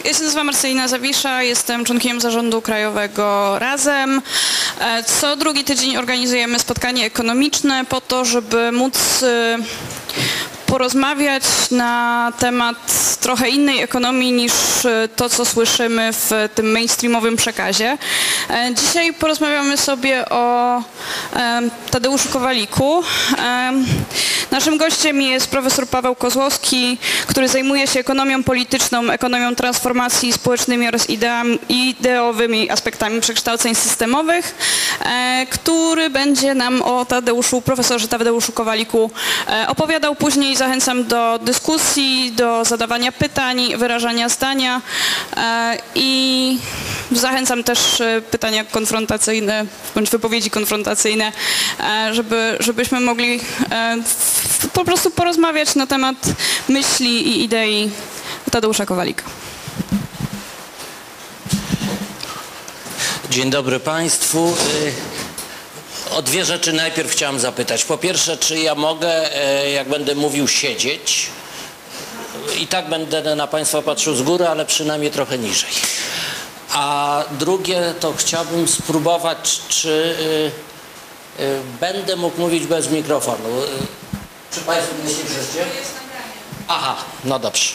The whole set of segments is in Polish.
Ja się nazywam Marcelina Zawisza, jestem członkiem zarządu krajowego Razem. Co drugi tydzień organizujemy spotkanie ekonomiczne po to, żeby móc porozmawiać na temat trochę innej ekonomii niż to, co słyszymy w tym mainstreamowym przekazie. Dzisiaj porozmawiamy sobie o Tadeuszu Kowaliku. Naszym gościem jest profesor Paweł Kozłowski, który zajmuje się ekonomią polityczną, ekonomią transformacji społecznymi oraz ideowymi aspektami przekształceń systemowych, który będzie nam o profesorze Tadeuszu Kowaliku opowiadał. Później zachęcam do dyskusji, do zadawania pytań, wyrażania zdania i zachęcam też pytania konfrontacyjne bądź wypowiedzi konfrontacyjne, żebyśmy mogli po prostu porozmawiać na temat myśli i idei Tadeusza Kowalika. Dzień dobry Państwu. O dwie rzeczy najpierw chciałem zapytać. Po pierwsze, czy ja mogę, jak będę mówił, siedzieć? I tak będę na Państwa patrzył z góry, ale przynajmniej trochę niżej. A drugie, to chciałbym spróbować, czy będę mógł mówić bez mikrofonu. Czy Państwo mnie słyszycie? Aha, no dobrze.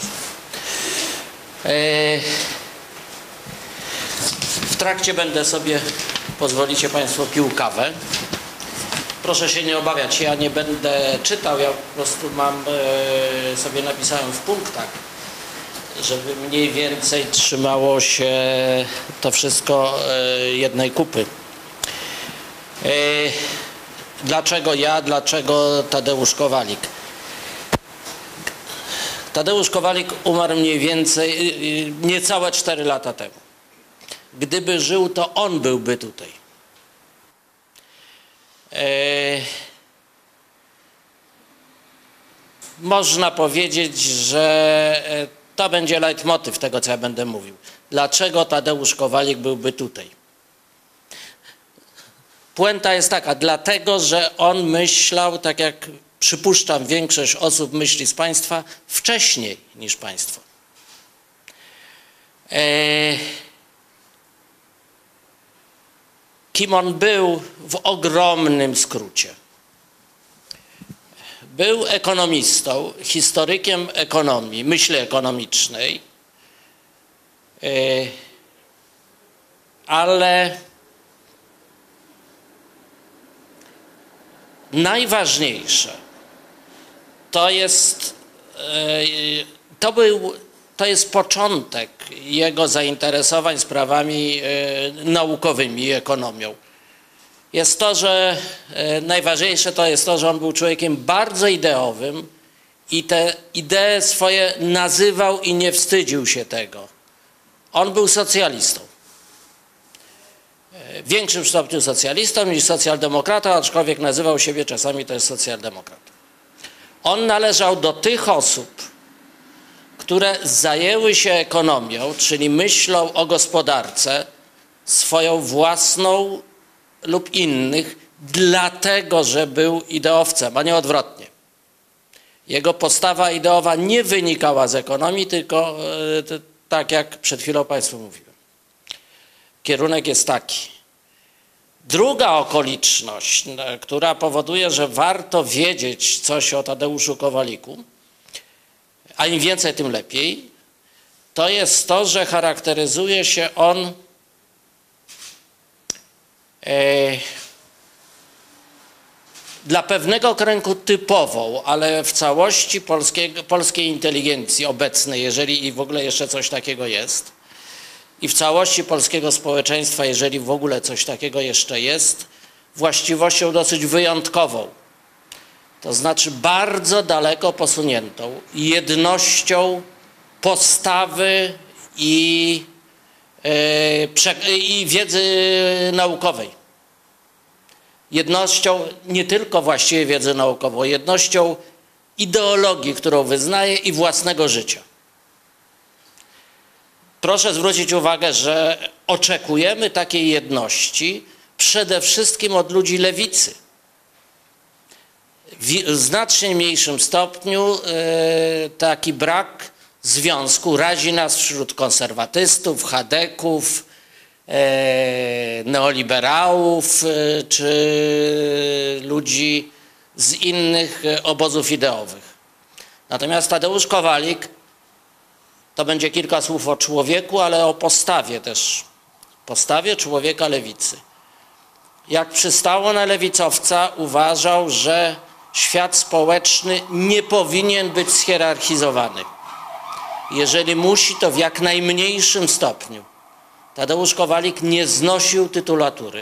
W trakcie będę sobie, pozwolicie Państwo, pił kawę. Proszę się nie obawiać, ja nie będę czytał, ja po prostu sobie napisałem w punktach, żeby mniej więcej trzymało się to wszystko jednej kupy. Dlaczego ja, dlaczego Tadeusz Kowalik? Tadeusz Kowalik umarł mniej więcej niecałe 4 lata temu. Gdyby żył, to on byłby tutaj. Można powiedzieć, że to będzie leitmotyw tego, co ja będę mówił. Dlaczego Tadeusz Kowalik byłby tutaj? Puenta jest taka, dlatego, że on myślał, tak jak przypuszczam większość osób myśli z Państwa, wcześniej niż Państwo. Kim on był w ogromnym skrócie? Był ekonomistą, historykiem ekonomii, myśli ekonomicznej, ale najważniejsze to jest początek jego zainteresowań sprawami naukowymi i ekonomią. Jest to, że najważniejsze to jest to, że on był człowiekiem bardzo ideowym i te idee swoje nazywał i nie wstydził się tego. On był socjalistą. W większym stopniu socjalistą niż socjaldemokratą, aczkolwiek nazywał siebie czasami też socjaldemokratą. On należał do tych osób, które zajęły się ekonomią, czyli myślą o gospodarce swoją własną lub innych, dlatego, że był ideowcem, a nie odwrotnie. Jego postawa ideowa nie wynikała z ekonomii, tylko tak jak przed chwilą Państwu mówiłem. Kierunek jest taki. Druga okoliczność, która powoduje, że warto wiedzieć coś o Tadeuszu Kowaliku, a im więcej, tym lepiej, to jest to, że charakteryzuje się on dla pewnego kręgu typową, ale w całości polskiej inteligencji obecnej, jeżeli i w ogóle jeszcze coś takiego jest, i w całości polskiego społeczeństwa, jeżeli w ogóle coś takiego jeszcze jest, właściwością dosyć wyjątkową. To znaczy bardzo daleko posuniętą jednością postawy i wiedzy naukowej. Jednością nie tylko właściwie wiedzy naukowej, jednością ideologii, którą wyznaje i własnego życia. Proszę zwrócić uwagę, że oczekujemy takiej jedności przede wszystkim od ludzi lewicy. W znacznie mniejszym stopniu taki brak związku razi nas wśród konserwatystów, chadeków, neoliberałów czy ludzi z innych obozów ideowych. Natomiast Tadeusz Kowalik, to będzie kilka słów o człowieku, ale o postawie też, postawie człowieka lewicy. Jak przystało na lewicowca, uważał, że świat społeczny nie powinien być schierarchizowany. Jeżeli musi, to w jak najmniejszym stopniu. Tadeusz Kowalik nie znosił tytulatury.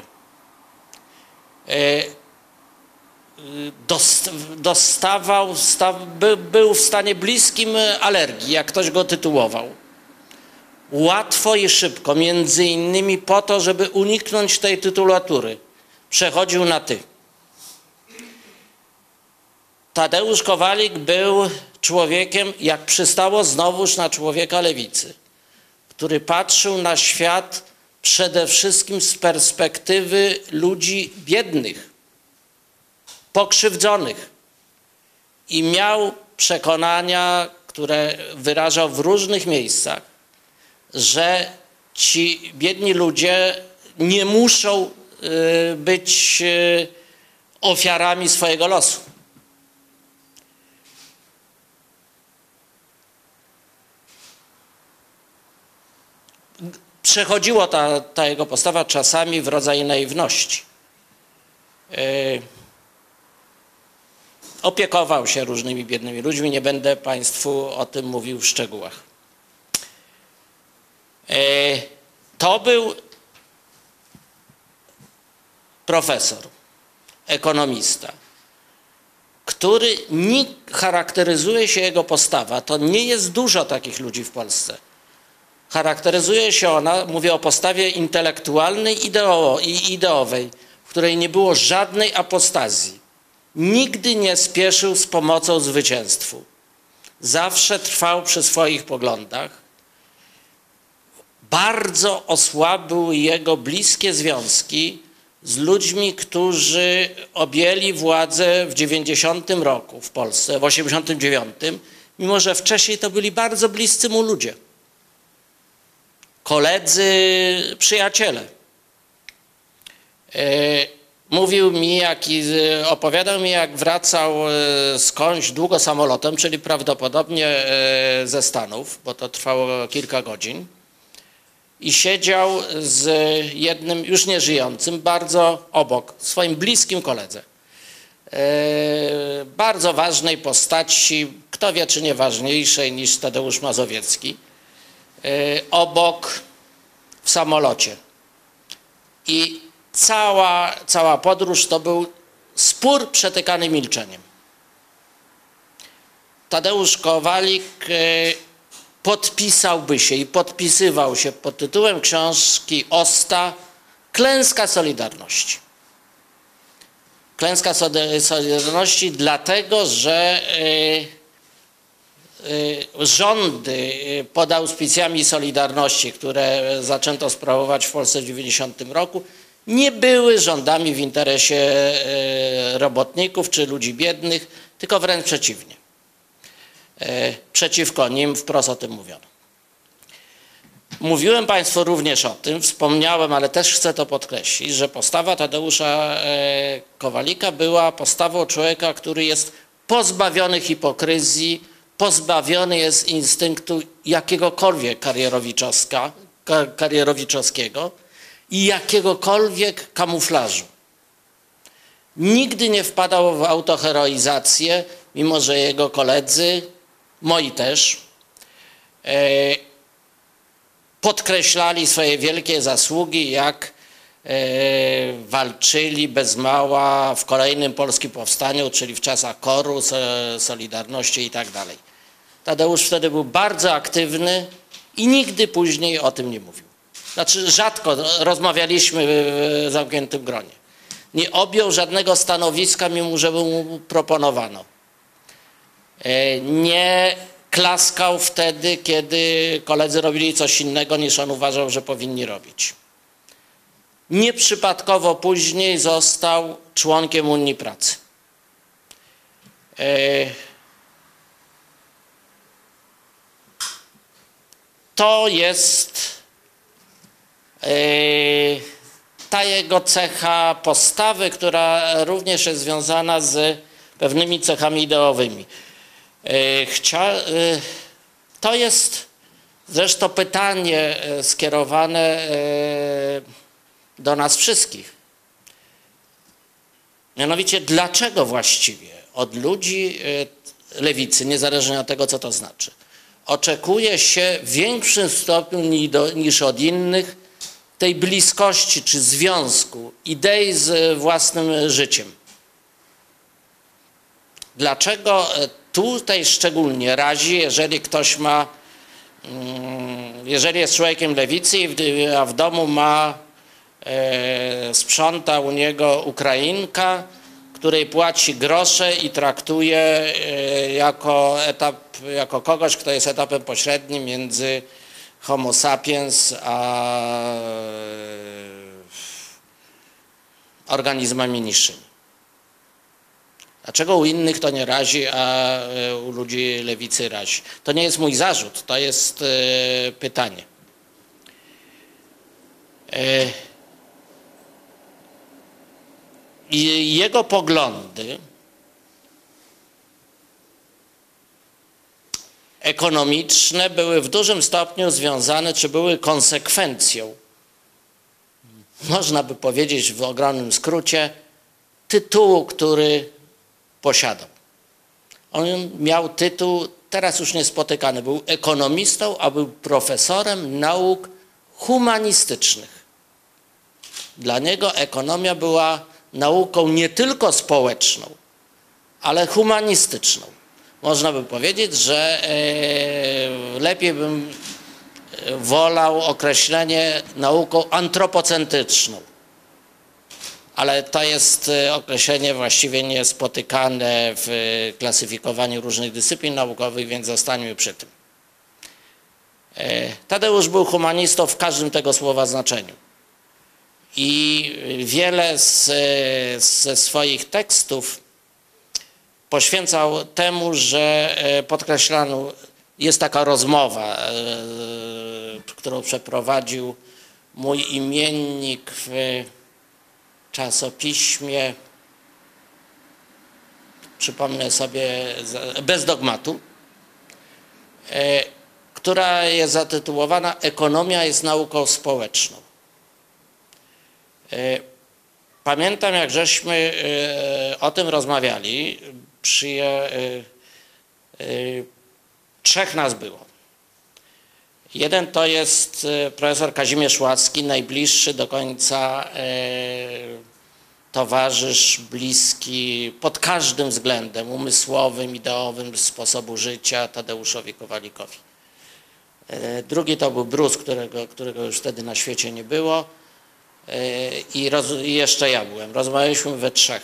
Był w stanie bliskim alergii, jak ktoś go tytułował. Łatwo i szybko, między innymi po to, żeby uniknąć tej tytulatury, przechodził na ty. Tadeusz Kowalik był człowiekiem, jak przystało znowuż na człowieka lewicy, który patrzył na świat przede wszystkim z perspektywy ludzi biednych, pokrzywdzonych i miał przekonania, które wyrażał w różnych miejscach, że ci biedni ludzie nie muszą być ofiarami swojego losu. Przechodziło ta jego postawa czasami w rodzaj naiwności. Opiekował się różnymi biednymi ludźmi, nie będę Państwu o tym mówił w szczegółach. To był profesor, ekonomista, który charakteryzuje się jego postawa, to nie jest dużo takich ludzi w Polsce. Charakteryzuje się ona, mówię o postawie intelektualnej i ideowej, w której nie było żadnej apostazji. Nigdy nie spieszył z pomocą zwycięstwu. Zawsze trwał przy swoich poglądach. Bardzo osłabiły jego bliskie związki z ludźmi, którzy objęli władzę w 90 roku w Polsce, w 89, mimo że wcześniej to byli bardzo bliscy mu ludzie. Koledzy, przyjaciele. Mówił mi, opowiadał mi, jak wracał skądś długo samolotem, czyli prawdopodobnie ze Stanów, bo to trwało kilka godzin, i siedział z jednym już nieżyjącym, bardzo obok, swoim bliskim koledze. Bardzo ważnej postaci, kto wie, czy nie ważniejszej niż Tadeusz Mazowiecki, obok w samolocie. I cała podróż to był spór przetykany milczeniem. Tadeusz Kowalik podpisałby się i podpisywał się pod tytułem książki Osta Klęska Solidarności. Klęska Solidarności dlatego, że rządy pod auspicjami Solidarności, które zaczęto sprawować w Polsce w 90 roku, nie były rządami w interesie robotników czy ludzi biednych, tylko wręcz przeciwnie. Przeciwko nim wprost o tym mówiono. Mówiłem Państwu również o tym, wspomniałem, ale też chcę to podkreślić, że postawa Tadeusza Kowalika była postawą człowieka, który jest pozbawiony hipokryzji, pozbawiony jest instynktu jakiegokolwiek karierowiczowskiego i jakiegokolwiek kamuflażu. Nigdy nie wpadał w autoheroizację, mimo że jego koledzy, moi też, podkreślali swoje wielkie zasługi, jak walczyli bez mała w kolejnym polskim powstaniu, czyli w czasach KOR-u, Solidarności i tak dalej. Tadeusz wtedy był bardzo aktywny i nigdy później o tym nie mówił. Znaczy rzadko rozmawialiśmy w zamkniętym gronie. Nie objął żadnego stanowiska, mimo że mu proponowano. Nie klaskał wtedy, kiedy koledzy robili coś innego, niż on uważał, że powinni robić. Nieprzypadkowo później został członkiem Unii Pracy. to jest ta jego cecha postawy, która również jest związana z pewnymi cechami ideowymi. To jest zresztą pytanie skierowane do nas wszystkich. Mianowicie, dlaczego właściwie od ludzi lewicy, niezależnie od tego, co to znaczy, oczekuje się w większym stopniu niż od innych tej bliskości czy związku idei z własnym życiem? Dlaczego tutaj szczególnie razi, jeżeli ktoś ma, jeżeli jest człowiekiem lewicy, a w domu sprząta u niego Ukrainka, której płaci grosze i traktuje jako kogoś, kto jest etapem pośrednim między Homo sapiens a organizmami niższymi. Dlaczego u innych to nie razi, a u ludzi lewicy razi? To nie jest mój zarzut, to jest pytanie. I jego poglądy ekonomiczne były w dużym stopniu związane, czy były konsekwencją, można by powiedzieć w ogromnym skrócie, tytułu, który posiadał. On miał tytuł, teraz już niespotykany, był ekonomistą, a był profesorem nauk humanistycznych. Dla niego ekonomia była nauką nie tylko społeczną, ale humanistyczną. Można by powiedzieć, że lepiej bym wolał określenie nauką antropocentryczną. Ale to jest określenie właściwie niespotykane w klasyfikowaniu różnych dyscyplin naukowych, więc zostańmy przy tym. Tadeusz był humanistą w każdym tego słowa znaczeniu. I wiele ze swoich tekstów poświęcał temu, że podkreślano, jest taka rozmowa, którą przeprowadził mój imiennik w czasopiśmie, przypomnę sobie, Bez dogmatu, która jest zatytułowana Ekonomia jest nauką społeczną. Pamiętam, jak żeśmy o tym rozmawiali, trzech nas było. Jeden to jest profesor Kazimierz Łacki, najbliższy do końca towarzysz, bliski pod każdym względem, umysłowym, ideowym, sposobu życia Tadeuszowi Kowalikowi. Drugi to był Brus, którego już wtedy na świecie nie było. I jeszcze ja byłem. Rozmawialiśmy we trzech.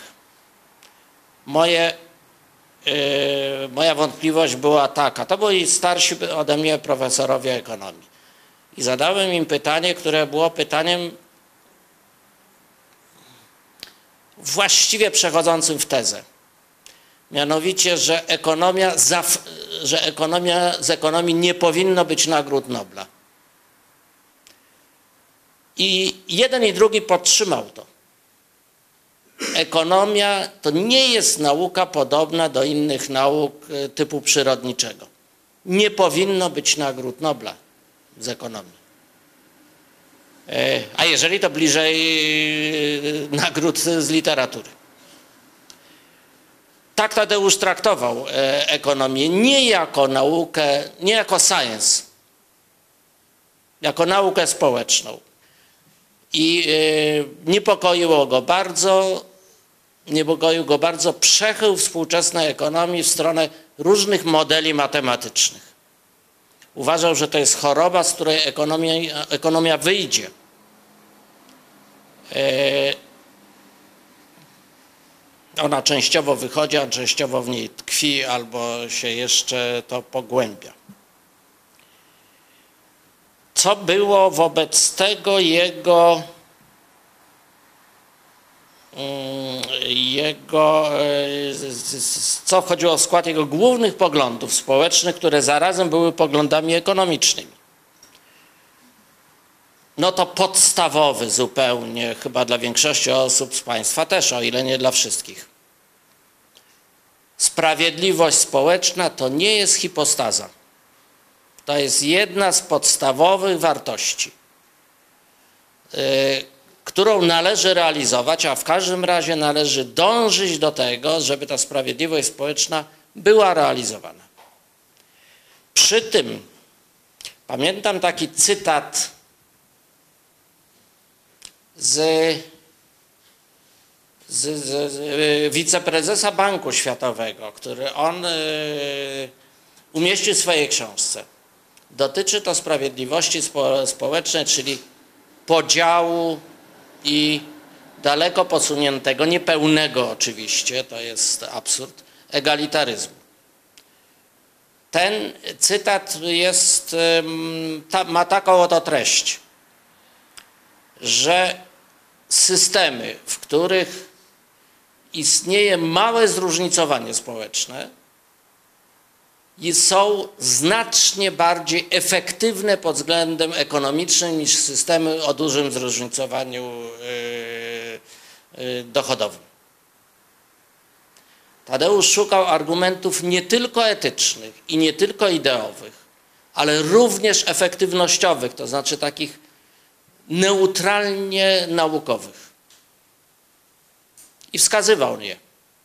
Moja wątpliwość była taka, to byli starsi ode mnie profesorowie ekonomii. I zadałem im pytanie, które było pytaniem właściwie przechodzącym w tezę. Mianowicie, że z ekonomii nie powinno być nagród Nobla. I jeden i drugi podtrzymał to. Ekonomia to nie jest nauka podobna do innych nauk typu przyrodniczego. Nie powinno być nagród Nobla z ekonomii. A jeżeli to bliżej nagród z literatury. Tak Tadeusz traktował ekonomię nie jako naukę, nie jako science, jako naukę społeczną. I niepokoił go bardzo przechył współczesnej ekonomii w stronę różnych modeli matematycznych. Uważał, że to jest choroba, z której ekonomia wyjdzie. Ona częściowo wychodzi, a częściowo w niej tkwi albo się jeszcze to pogłębia. Co było wobec tego co wchodziło w skład jego głównych poglądów społecznych, które zarazem były poglądami ekonomicznymi. no to podstawowy zupełnie, chyba dla większości osób z Państwa też, o ile nie dla wszystkich. Sprawiedliwość społeczna to nie jest hipostaza. To jest jedna z podstawowych wartości, którą należy realizować, a w każdym razie należy dążyć do tego, żeby ta sprawiedliwość społeczna była realizowana. Przy tym pamiętam taki cytat z wiceprezesa Banku Światowego, który on umieścił w swojej książce. Dotyczy to sprawiedliwości społecznej, czyli podziału i daleko posuniętego, niepełnego oczywiście, to jest absurd, egalitaryzmu. Ten cytat jest, ma taką oto treść, że systemy, w których istnieje małe zróżnicowanie społeczne, są znacznie bardziej efektywne pod względem ekonomicznym niż systemy o dużym zróżnicowaniu dochodowym. Tadeusz szukał argumentów nie tylko etycznych i nie tylko ideowych, ale również efektywnościowych, to znaczy takich neutralnie naukowych. I wskazywał je.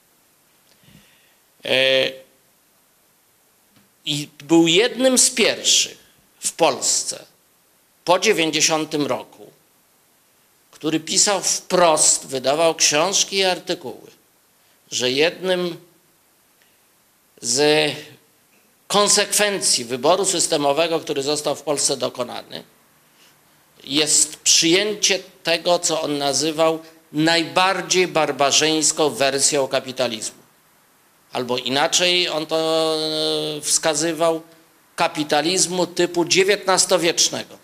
I był jednym z pierwszych w Polsce po 90 roku, który pisał wprost, wydawał książki i artykuły, że jednym z konsekwencji wyboru systemowego, który został w Polsce dokonany, jest przyjęcie tego, co on nazywał najbardziej barbarzyńską wersją kapitalizmu. Albo inaczej on to wskazywał, kapitalizmu typu XIX-wiecznego.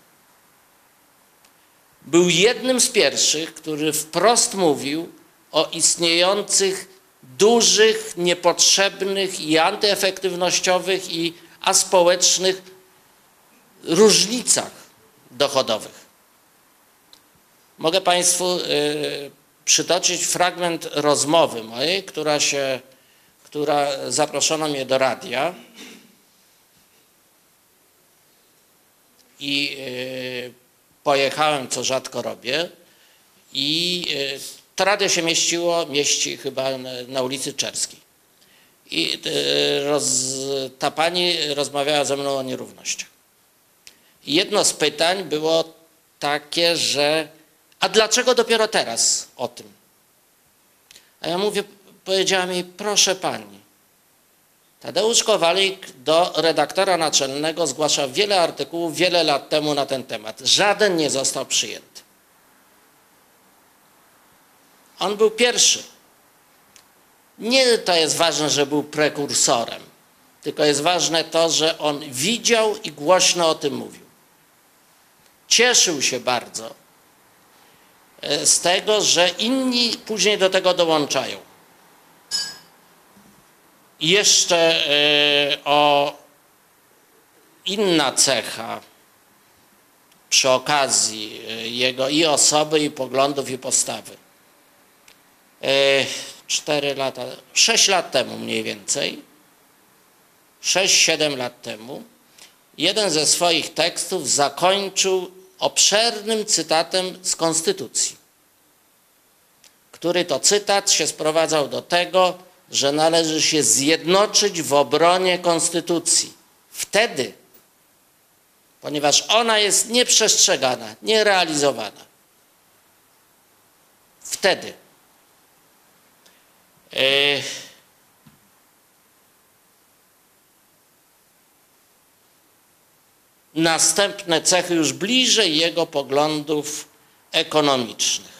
Był jednym z pierwszych, który wprost mówił o istniejących dużych, niepotrzebnych i antyefektywnościowych i aspołecznych różnicach dochodowych. Mogę Państwu przytoczyć fragment rozmowy mojej, która zaproszono mnie do radia i pojechałem, co rzadko robię, i to radio się mieści chyba na ulicy Czerskiej. I ta pani rozmawiała ze mną o nierównościach. I jedno z pytań było takie, że a dlaczego dopiero teraz o tym? A ja powiedziała mi, proszę pani, Tadeusz Kowalik do redaktora naczelnego zgłaszał wiele artykułów wiele lat temu na ten temat. Żaden nie został przyjęty. On był pierwszy. Nie to jest ważne, że był prekursorem, tylko jest ważne to, że on widział i głośno o tym mówił. Cieszył się bardzo z tego, że inni później do tego dołączają. I jeszcze inna cecha przy okazji jego i osoby, i poglądów, i postawy. 6 lat temu mniej więcej, 6-7 lat temu, jeden ze swoich tekstów zakończył obszernym cytatem z Konstytucji, który to cytat się sprowadzał do tego, że należy się zjednoczyć w obronie Konstytucji. Wtedy, ponieważ ona jest nieprzestrzegana, nierealizowana. Wtedy. Następne cechy już bliżej jego poglądów ekonomicznych.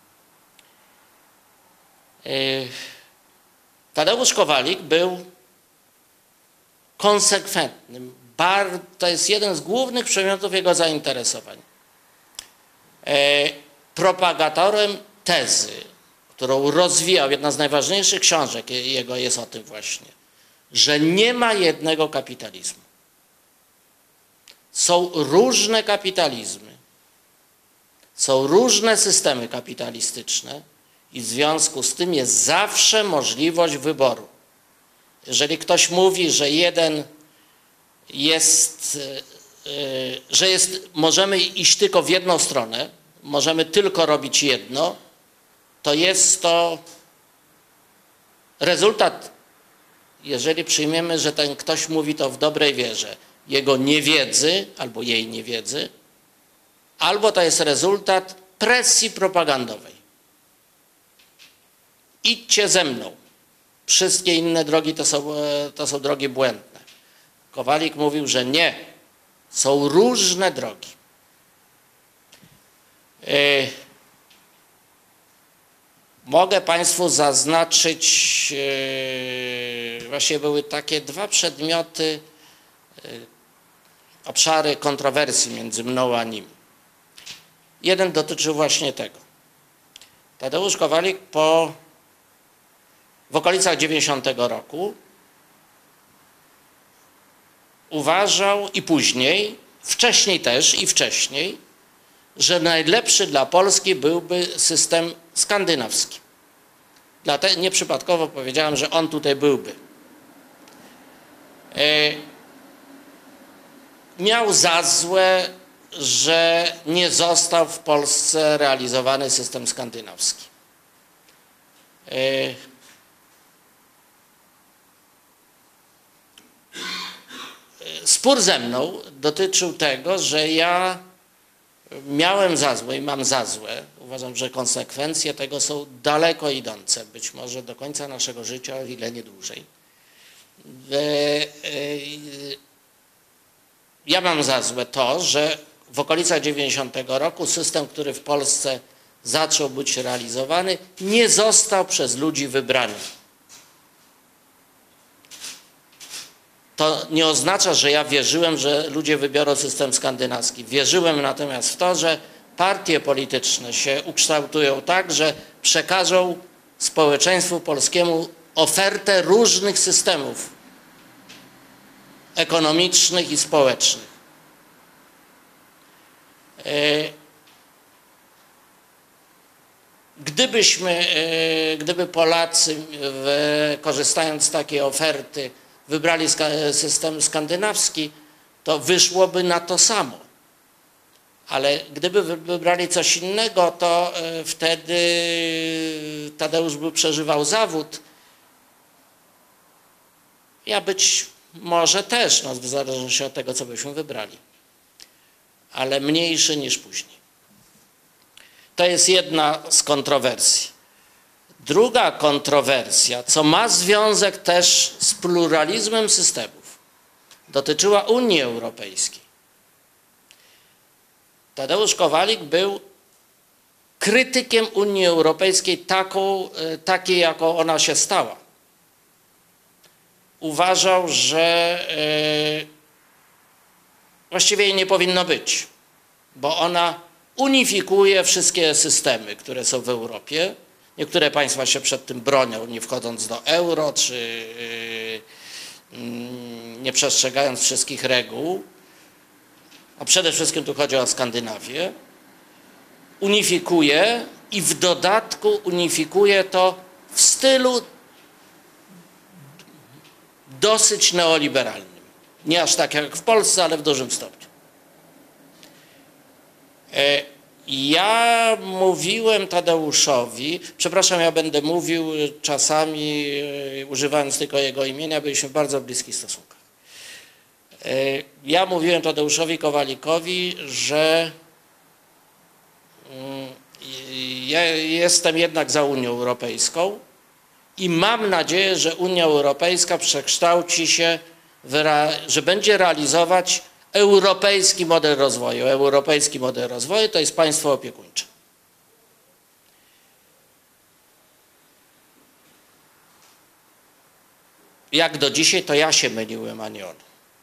Tadeusz Kowalik był konsekwentnym. To jest jeden z głównych przedmiotów jego zainteresowań. Propagatorem tezy, którą rozwijał, jedna z najważniejszych książek jego jest o tym właśnie, że nie ma jednego kapitalizmu. Są różne kapitalizmy Są różne systemy kapitalistyczne i w związku z tym jest zawsze możliwość wyboru. Jeżeli ktoś mówi, że możemy iść tylko w jedną stronę, możemy tylko robić jedno, to jest to rezultat, jeżeli przyjmiemy, że ten ktoś mówi to w dobrej wierze, jego niewiedzy albo jej niewiedzy, albo to jest rezultat presji propagandowej. Idźcie ze mną. Wszystkie inne drogi to są drogi błędne. Kowalik mówił, że nie. Są różne drogi. Mogę Państwu zaznaczyć, właśnie były takie dwa przedmioty, obszary kontrowersji między mną a nim. Jeden dotyczył właśnie tego. Tadeusz Kowalik w okolicach 90 roku uważał i później, wcześniej, że najlepszy dla Polski byłby system skandynawski. Dlatego nieprzypadkowo powiedziałem, że on tutaj byłby. Miał za złe, że nie został w Polsce realizowany system skandynawski. Spór ze mną dotyczył tego, że ja miałem za złe i mam za złe. Uważam, że konsekwencje tego są daleko idące, być może do końca naszego życia, o ile nie dłużej. Ja mam za złe to, że w okolicach 90 roku system, który w Polsce zaczął być realizowany, nie został przez ludzi wybrany. To nie oznacza, że ja wierzyłem, że ludzie wybiorą system skandynawski. Wierzyłem natomiast w to, że partie polityczne się ukształtują tak, że przekażą społeczeństwu polskiemu ofertę różnych systemów ekonomicznych i społecznych. Gdyby Polacy, korzystając z takiej oferty, wybrali system skandynawski, to wyszłoby na to samo. Ale gdyby wybrali coś innego, to wtedy Tadeusz by przeżywał zawód. Ja być może też, no, w zależności od tego, co byśmy wybrali. Ale mniejszy niż później. To jest jedna z kontrowersji. Druga kontrowersja, co ma związek też z pluralizmem systemów, dotyczyła Unii Europejskiej. Tadeusz Kowalik był krytykiem Unii Europejskiej takiej, jaką ona się stała. Uważał, że właściwie jej nie powinno być, bo ona unifikuje wszystkie systemy, które są w Europie. Niektóre państwa się przed tym bronią, nie wchodząc do euro, czy nie przestrzegając wszystkich reguł. A przede wszystkim tu chodzi o Skandynawię. Unifikuje i w dodatku unifikuje to w stylu dosyć neoliberalnym. Nie aż tak jak w Polsce, ale w dużym stopniu. Ja mówiłem Tadeuszowi, przepraszam, ja będę mówił czasami, używając tylko jego imienia, byliśmy w bardzo bliskich stosunkach. Ja mówiłem Tadeuszowi Kowalikowi, że ja jestem jednak za Unią Europejską i mam nadzieję, że Unia Europejska przekształci się, że będzie realizować europejski model rozwoju. Europejski model rozwoju to jest państwo opiekuńcze. Jak do dzisiaj, to ja się myliłem, a nie on.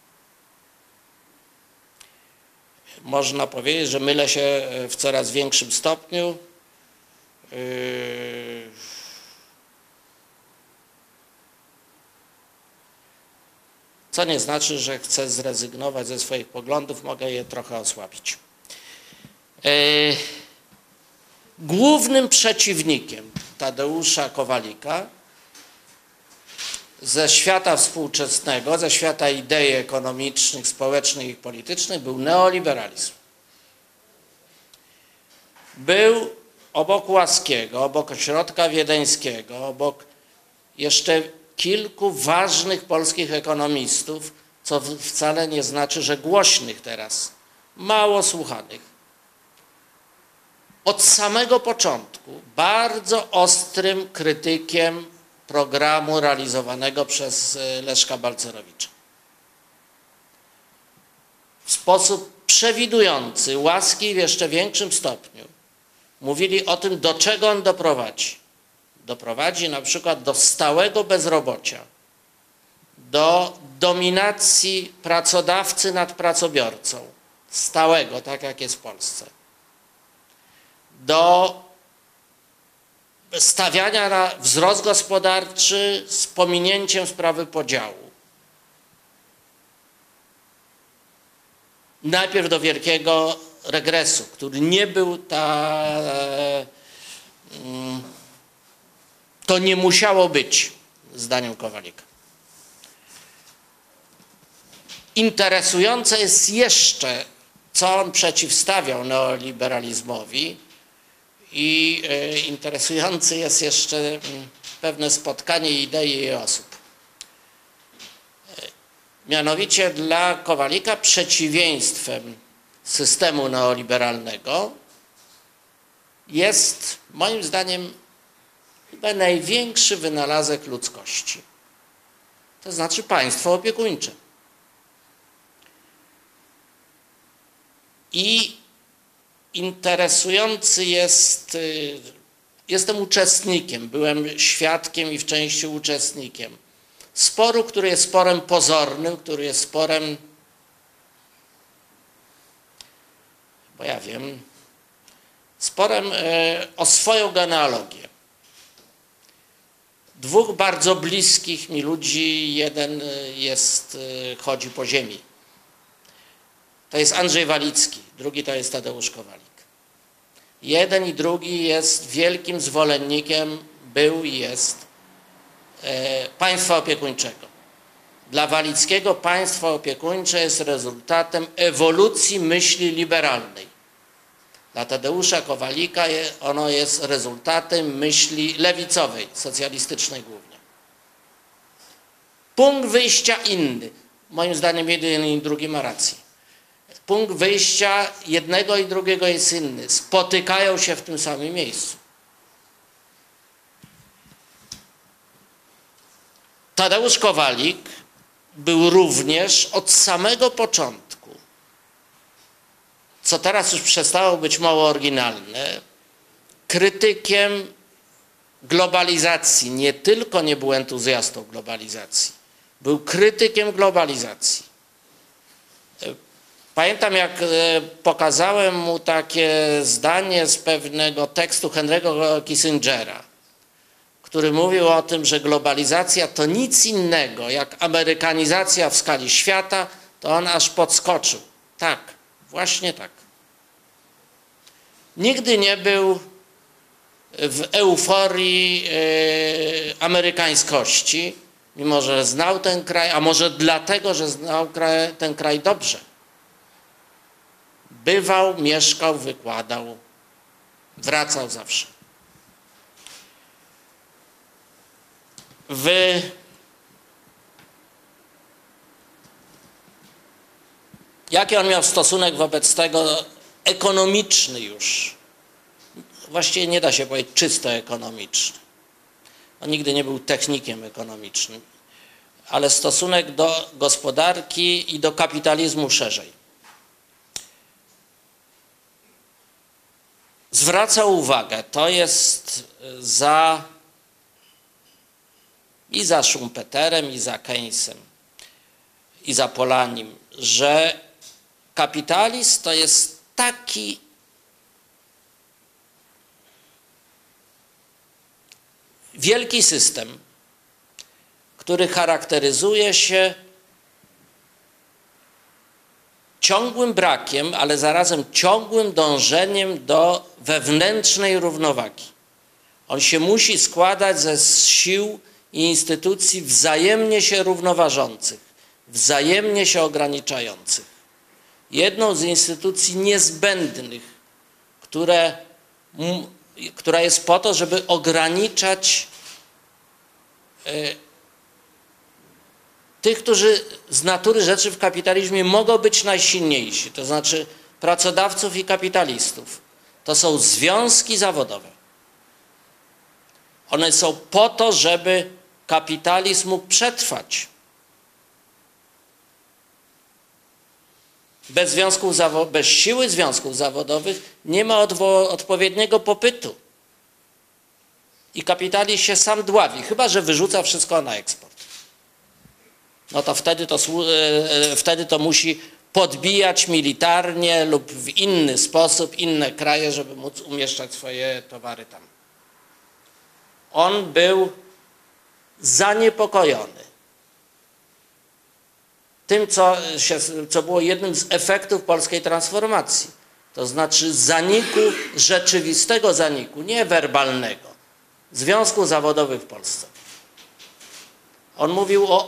Można powiedzieć, że mylę się w coraz większym stopniu. Co nie znaczy, że chcę zrezygnować ze swoich poglądów, mogę je trochę osłabić. głównym przeciwnikiem Tadeusza Kowalika ze świata współczesnego, ze świata idei ekonomicznych, społecznych i politycznych był neoliberalizm. Był obok Łaskiego, obok Ośrodka Wiedeńskiego, obok jeszcze kilku ważnych polskich ekonomistów, co wcale nie znaczy, że głośnych teraz, mało słuchanych. Od samego początku bardzo ostrym krytykiem programu realizowanego przez Leszka Balcerowicza. W sposób przewidujący, Łaski w jeszcze większym stopniu mówili o tym, do czego on doprowadzi. Doprowadzi na przykład do stałego bezrobocia, do dominacji pracodawcy nad pracobiorcą, stałego, tak jak jest w Polsce, do stawiania na wzrost gospodarczy z pominięciem sprawy podziału. Najpierw do wielkiego regresu, który nie był to nie musiało być, zdaniem Kowalika. Interesujące jest jeszcze, co on przeciwstawiał neoliberalizmowi, i interesujące jest jeszcze pewne spotkanie idei i osób. Mianowicie dla Kowalika przeciwieństwem systemu neoliberalnego jest, moim zdaniem, chyba największy wynalazek ludzkości. To znaczy państwo opiekuńcze. I interesujący jest, jestem uczestnikiem, byłem świadkiem i w części uczestnikiem sporu, który jest sporem pozornym, który jest sporem, bo ja wiem, sporem o swoją genealogię. Dwóch bardzo bliskich mi ludzi, jeden chodzi po ziemi. To jest Andrzej Walicki, drugi to jest Tadeusz Kowalik. Jeden i drugi jest wielkim zwolennikiem, był i jest, państwa opiekuńczego. Dla Walickiego państwo opiekuńcze jest rezultatem ewolucji myśli liberalnej. Dla Tadeusza Kowalika ono jest rezultatem myśli lewicowej, socjalistycznej głównie. Punkt wyjścia inny. Moim zdaniem jeden i drugi ma rację. Punkt wyjścia jednego i drugiego jest inny. Spotykają się w tym samym miejscu. Tadeusz Kowalik był również od samego początku, co teraz już przestało być mało oryginalne, krytykiem globalizacji. Nie tylko nie był entuzjastą globalizacji, był krytykiem globalizacji. Pamiętam, jak pokazałem mu takie zdanie z pewnego tekstu Henry'ego Kissingera, który mówił o tym, że globalizacja to nic innego jak amerykanizacja w skali świata, to on aż podskoczył. Tak, właśnie tak. Nigdy nie był w euforii amerykańskości, mimo że znał ten kraj, a może dlatego, że znał ten kraj dobrze. Bywał, mieszkał, wykładał, wracał zawsze. Jaki on miał stosunek wobec tego ekonomiczny już? Właściwie nie da się powiedzieć czysto ekonomiczny. On nigdy nie był technikiem ekonomicznym, ale stosunek do gospodarki i do kapitalizmu szerzej. Zwracał uwagę, to jest i za Schumpeterem, i za Keynesem, i za Polanim, że kapitalizm to jest taki wielki system, który charakteryzuje się ciągłym brakiem, ale zarazem ciągłym dążeniem do wewnętrznej równowagi. On się musi składać ze sił i instytucji wzajemnie się równoważących, wzajemnie się ograniczających. Jedną z instytucji niezbędnych, która jest po to, żeby ograniczać tych, którzy z natury rzeczy w kapitalizmie mogą być najsilniejsi, to znaczy pracodawców i kapitalistów. To są związki zawodowe. One są po to, żeby kapitalizm mógł przetrwać. Bez siły związków zawodowych nie ma odpowiedniego popytu. I kapitalizm się sam dławi, chyba że wyrzuca wszystko na eksport. No to wtedy to musi podbijać militarnie lub w inny sposób inne kraje, żeby móc umieszczać swoje towary tam. On był zaniepokojony tym, co było jednym z efektów polskiej transformacji. To znaczy rzeczywistego zaniku, nie werbalnego, związków zawodowych w Polsce. On mówił o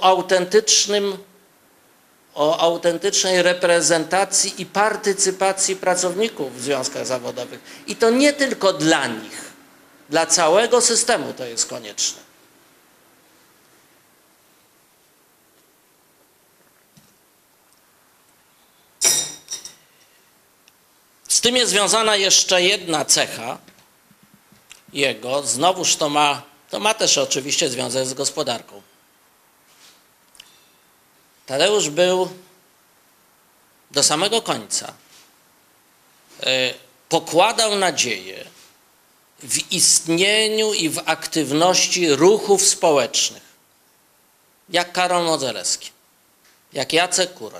autentycznej reprezentacji i partycypacji pracowników w związkach zawodowych. I to nie tylko dla nich, dla całego systemu to jest konieczne. Z tym jest związana jeszcze jedna cecha jego, znowuż to ma też oczywiście związek z gospodarką. Tadeusz był do samego końca, pokładał nadzieję w istnieniu i w aktywności ruchów społecznych, jak Karol Modzelewski, jak Jacek Kuroń.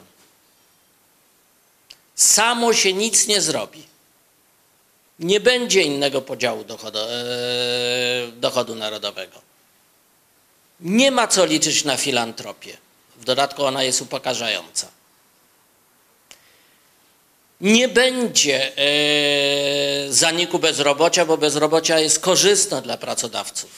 Samo się nic nie zrobi. Nie będzie innego podziału dochodu narodowego. Nie ma co liczyć na filantropię. W dodatku ona jest upokarzająca. Nie będzie zaniku bezrobocia, bo bezrobocie jest korzystne dla pracodawców.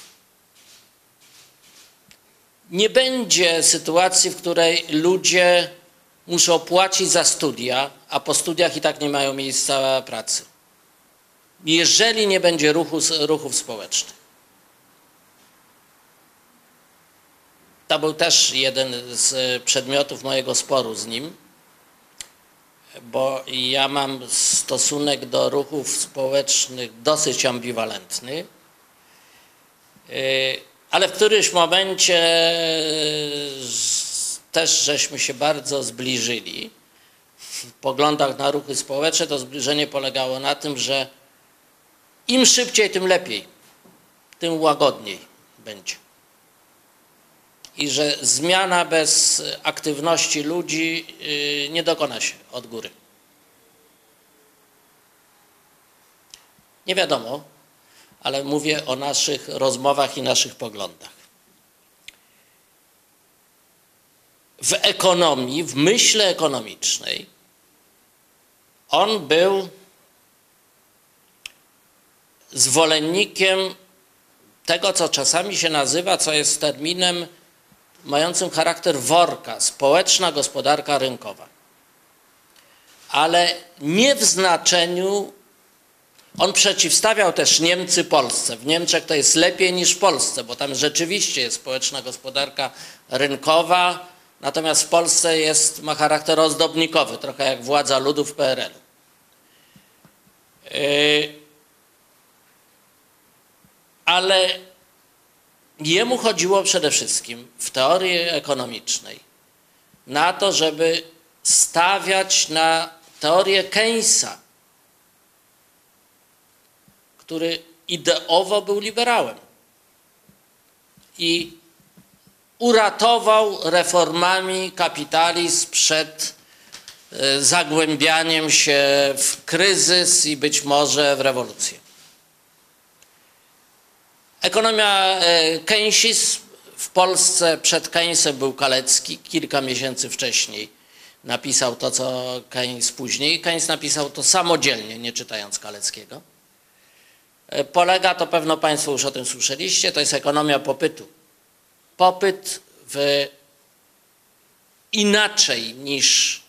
Nie będzie sytuacji, w której ludzie muszą płacić za studia, a po studiach i tak nie mają miejsca pracy. Jeżeli nie będzie ruchów społecznych. To był też jeden z przedmiotów mojego sporu z nim, bo ja mam stosunek do ruchów społecznych dosyć ambiwalentny, ale w którymś momencie też żeśmy się bardzo zbliżyli w poglądach na ruchy społeczne. To zbliżenie polegało na tym, że im szybciej, tym lepiej, tym łagodniej będzie. I że zmiana bez aktywności ludzi nie dokona się od góry. Nie wiadomo, ale mówię o naszych rozmowach i naszych poglądach. W ekonomii, w myśle ekonomicznej on był zwolennikiem tego, co czasami się nazywa, co jest terminem mającym charakter worka, społeczna gospodarka rynkowa. Ale nie w znaczeniu, on przeciwstawiał też Niemcy Polsce. W Niemczech to jest lepiej niż w Polsce, bo tam rzeczywiście jest społeczna gospodarka rynkowa, natomiast w Polsce ma charakter ozdobnikowy, trochę jak władza ludu w PRL. Ale jemu chodziło przede wszystkim w teorii ekonomicznej na to, żeby stawiać na teorię Keynesa, który ideowo był liberałem i uratował reformami kapitalizm przed zagłębianiem się w kryzys i być może w rewolucję. Ekonomia Keynesizm w Polsce przed Keynesem był Kalecki, kilka miesięcy wcześniej napisał to, co Keynes później. Keynes napisał to samodzielnie, nie czytając Kaleckiego. Polega, to pewno Państwo już o tym słyszeliście, to jest ekonomia popytu. Popyt inaczej niż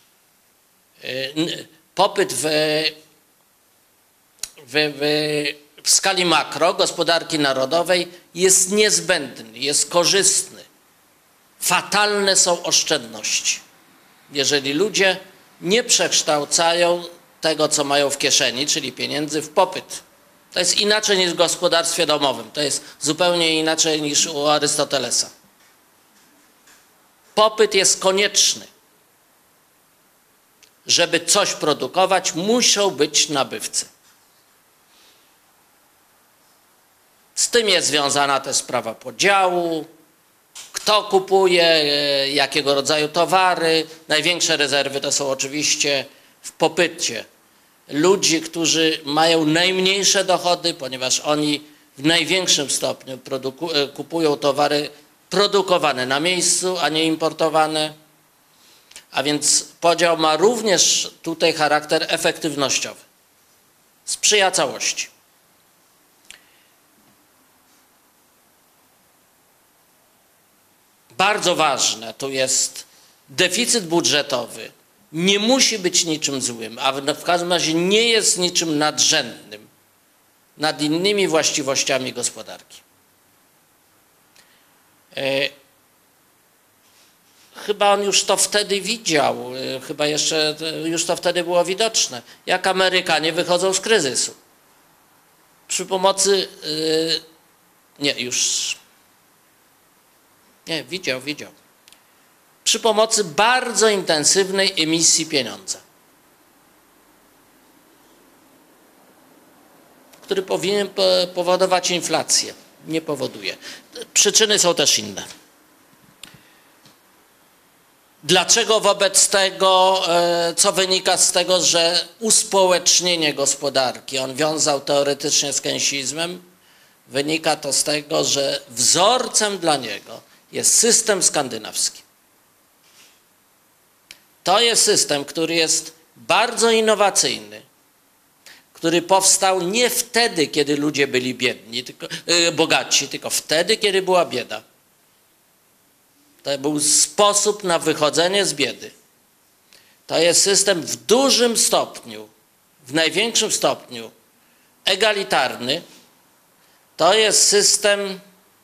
popyt w skali makro gospodarki narodowej jest niezbędny, jest korzystny. Fatalne są oszczędności. Jeżeli ludzie nie przekształcają tego, co mają w kieszeni, czyli pieniędzy, w popyt. To jest inaczej niż w gospodarstwie domowym. To jest zupełnie inaczej niż u Arystotelesa. Popyt jest konieczny. Żeby coś produkować, muszą być nabywcy. Z tym jest związana też sprawa podziału, kto kupuje, jakiego rodzaju towary. Największe rezerwy to są oczywiście w popycie ludzi, którzy mają najmniejsze dochody, ponieważ oni w największym stopniu kupują towary produkowane na miejscu, a nie importowane. A więc podział ma również tutaj charakter efektywnościowy. Sprzyja całości. Bardzo ważne tu jest deficyt budżetowy. Nie musi być niczym złym, a w każdym razie nie jest niczym nadrzędnym nad innymi właściwościami gospodarki. Chyba on już to wtedy widział, chyba jeszcze już to wtedy było widoczne, jak Amerykanie wychodzą z kryzysu. Przy pomocy, widział. Przy pomocy bardzo intensywnej emisji pieniądza, który powinien powodować inflację. Nie powoduje. Przyczyny są też inne. Dlaczego wobec tego, co wynika z tego, że uspołecznienie gospodarki, on wiązał teoretycznie z keynesizmem, wynika to z tego, że wzorcem dla niego jest system skandynawski. To jest system, który jest bardzo innowacyjny, który powstał nie wtedy, kiedy ludzie byli biedni, bogaci, tylko wtedy, kiedy była bieda. To był sposób na wychodzenie z biedy. To jest system w dużym stopniu, w największym stopniu egalitarny. To jest system,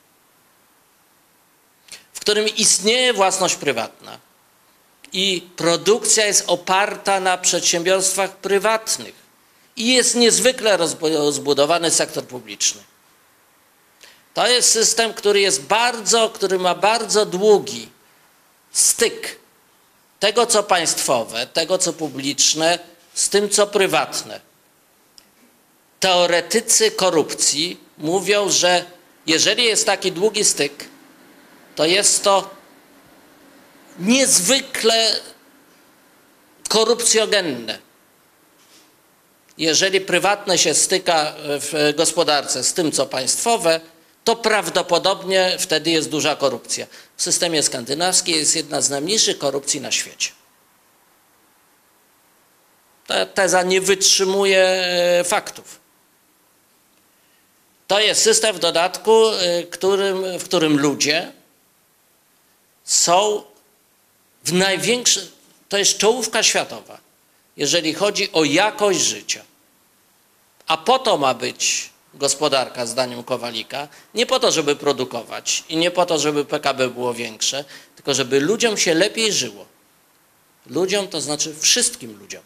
w którym istnieje własność prywatna i produkcja jest oparta na przedsiębiorstwach prywatnych i jest niezwykle rozbudowany sektor publiczny. To jest system, który ma bardzo długi styk tego, co państwowe, tego, co publiczne, z tym, co prywatne. Teoretycy korupcji mówią, że jeżeli jest taki długi styk, to jest to niezwykle korupcjogenne. Jeżeli prywatne się styka w gospodarce z tym, co państwowe, to prawdopodobnie wtedy jest duża korupcja. W systemie skandynawskim jest jedna z najmniejszych korupcji na świecie. Ta teza nie wytrzymuje faktów. To jest system w dodatku, w którym ludzie są w największym, to jest czołówka światowa, jeżeli chodzi o jakość życia. A po to ma być gospodarka, zdaniem Kowalika, nie po to, żeby produkować i nie po to, żeby PKB było większe, tylko żeby ludziom się lepiej żyło. Ludziom, to znaczy wszystkim ludziom.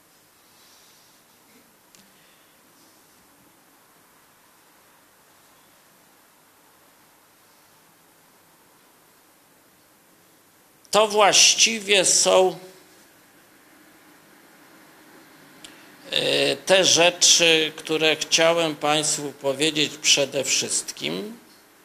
To właściwie są te rzeczy, które chciałem Państwu powiedzieć przede wszystkim.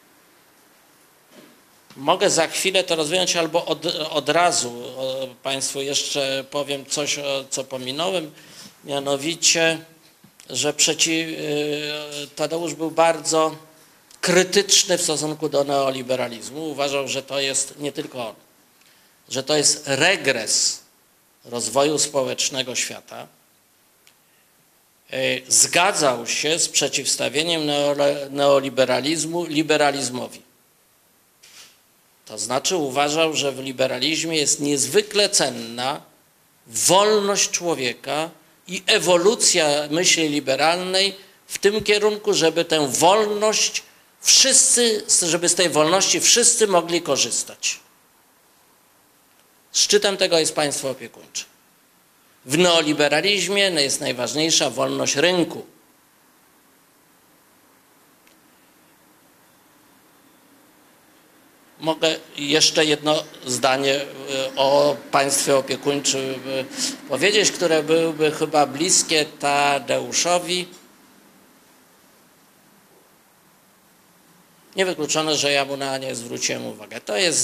Mogę za chwilę to rozwiązać albo od razu Państwu jeszcze powiem coś, co pominąłem, mianowicie, że Tadeusz był bardzo krytyczny w stosunku do neoliberalizmu. Uważał, że to jest, nie tylko on, że to jest regres rozwoju społecznego świata, zgadzał się z przeciwstawieniem neoliberalizmu liberalizmowi. To znaczy uważał, że w liberalizmie jest niezwykle cenna wolność człowieka i ewolucja myśli liberalnej w tym kierunku, żeby tę wolność żeby z tej wolności wszyscy mogli korzystać. Szczytem tego jest państwo opiekuńcze. W neoliberalizmie jest najważniejsza wolność rynku. Mogę jeszcze jedno zdanie o państwie opiekuńczym powiedzieć, które byłyby chyba bliskie Tadeuszowi. Niewykluczone, że ja mu na nie zwróciłem uwagę. To jest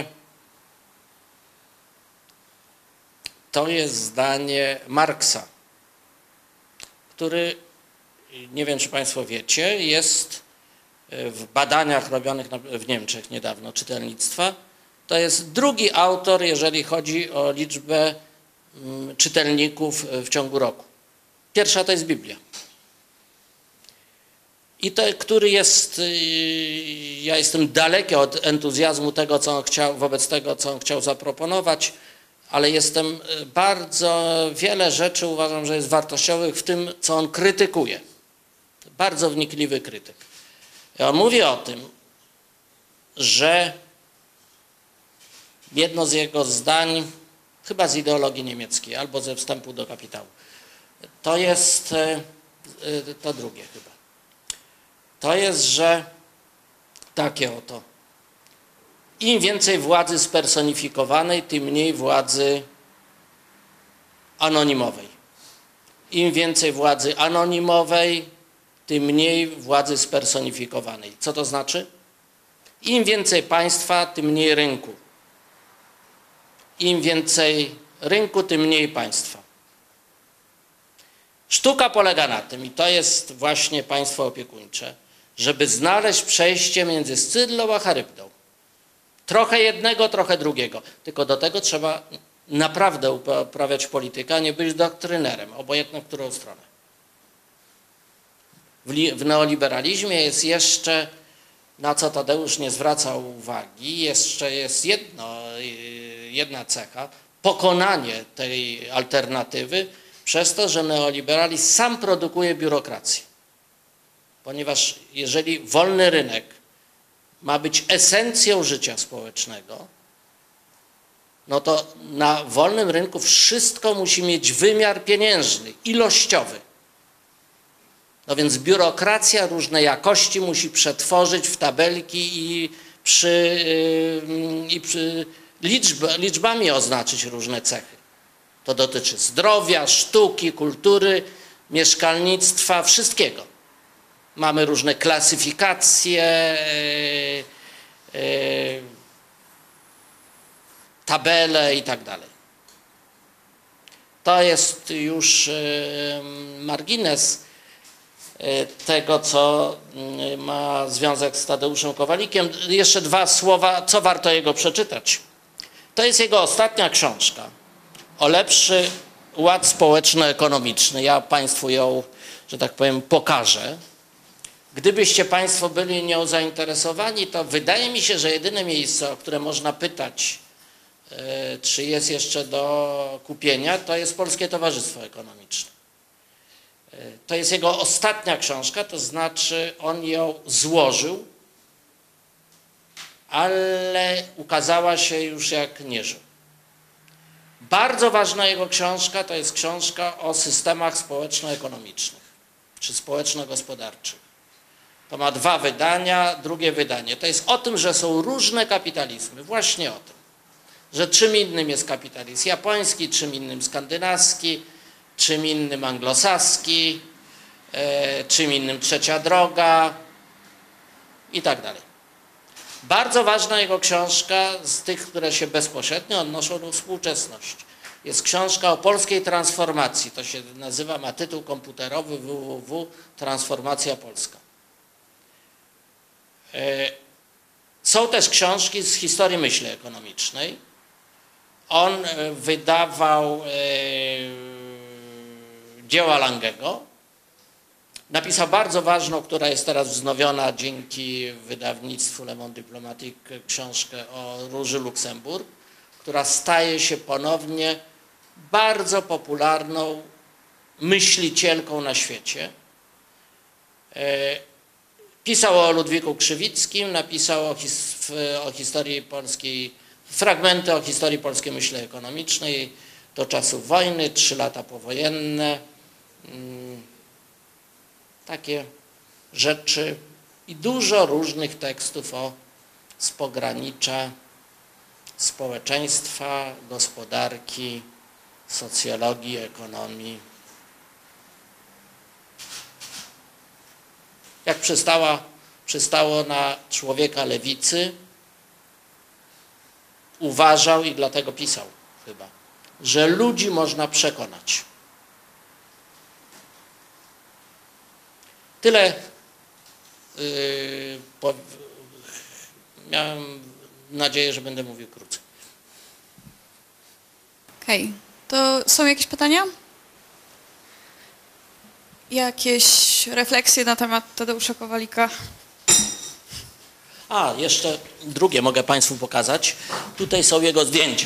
zdanie Marksa, który, nie wiem czy państwo wiecie, jest w badaniach robionych w Niemczech niedawno, czytelnictwa, to jest drugi autor, jeżeli chodzi o liczbę czytelników w ciągu roku. Pierwsza to jest Biblia. I który jest, ja jestem daleki od entuzjazmu tego, co on chciał, wobec tego, co on chciał zaproponować, ale jestem bardzo wiele rzeczy uważam, że jest wartościowych w tym, co on krytykuje. Bardzo wnikliwy krytyk. I on mówi o tym, że jedno z jego zdań, chyba z ideologii niemieckiej albo ze wstępu do Kapitału, to jest, to drugie chyba, to jest, że takie oto, im więcej władzy spersonifikowanej, tym mniej władzy anonimowej. Im więcej władzy anonimowej, tym mniej władzy spersonifikowanej. Co to znaczy? Im więcej państwa, tym mniej rynku. Im więcej rynku, tym mniej państwa. Sztuka polega na tym, i to jest właśnie państwo opiekuńcze, żeby znaleźć przejście między Scydlą a Charybdą. Trochę jednego, trochę drugiego. Tylko do tego trzeba naprawdę uprawiać politykę, a nie być doktrynerem, obojętnie w którą stronę. W neoliberalizmie jest jeszcze, na co Tadeusz nie zwracał uwagi, jeszcze jest jedna cecha, pokonanie tej alternatywy przez to, że neoliberalizm sam produkuje biurokrację. Ponieważ jeżeli wolny rynek ma być esencją życia społecznego, no to na wolnym rynku wszystko musi mieć wymiar pieniężny, ilościowy. No więc biurokracja różnej jakości musi przetworzyć w tabelki i liczbami oznaczyć różne cechy. To dotyczy zdrowia, sztuki, kultury, mieszkalnictwa, wszystkiego. Mamy różne klasyfikacje, tabele i tak dalej. To jest już margines tego, co ma związek z Tadeuszem Kowalikiem. Jeszcze dwa słowa, co warto jego przeczytać. To jest jego ostatnia książka o lepszy ład społeczno-ekonomiczny. Ja państwu ją, że tak powiem, pokażę. Gdybyście państwo byli nią zainteresowani, to wydaje mi się, że jedyne miejsce, o które można pytać, czy jest jeszcze do kupienia, to jest Polskie Towarzystwo Ekonomiczne. To jest jego ostatnia książka, to znaczy on ją złożył, ale ukazała się już jak nie żył. Bardzo ważna jego książka to jest książka o systemach społeczno-ekonomicznych czy społeczno-gospodarczych. To ma 2 wydania, drugie wydanie. To jest o tym, że są różne kapitalizmy, właśnie o tym. Że czym innym jest kapitalizm japoński, czym innym skandynawski, czym innym anglosaski, czym innym trzecia droga i tak dalej. Bardzo ważna jego książka z tych, które się bezpośrednio odnoszą do współczesności. Jest książka o polskiej transformacji. To się nazywa, ma tytuł komputerowy www. Transformacja Polska. Są też książki z historii myśli ekonomicznej. On wydawał dzieła Langego. Napisał bardzo ważną, która jest teraz wznowiona dzięki wydawnictwu Le Monde Diplomatique, książkę o Róży Luksemburg, która staje się ponownie bardzo popularną myślicielką na świecie. Pisał o Ludwiku Krzywickim, napisał o historii polskiej, fragmenty o historii polskiej myśli ekonomicznej do czasów wojny, 3 lata powojenne. Takie rzeczy i dużo różnych tekstów z pogranicza społeczeństwa, gospodarki, socjologii, ekonomii. Jak przystało na człowieka lewicy, uważał i dlatego pisał chyba, że ludzi można przekonać. Tyle miałem nadzieję, że będę mówił krócej. Okej. To są jakieś pytania? Jakieś refleksje na temat Tadeusza Kowalika? A, jeszcze drugie mogę Państwu pokazać. Tutaj są jego zdjęcia.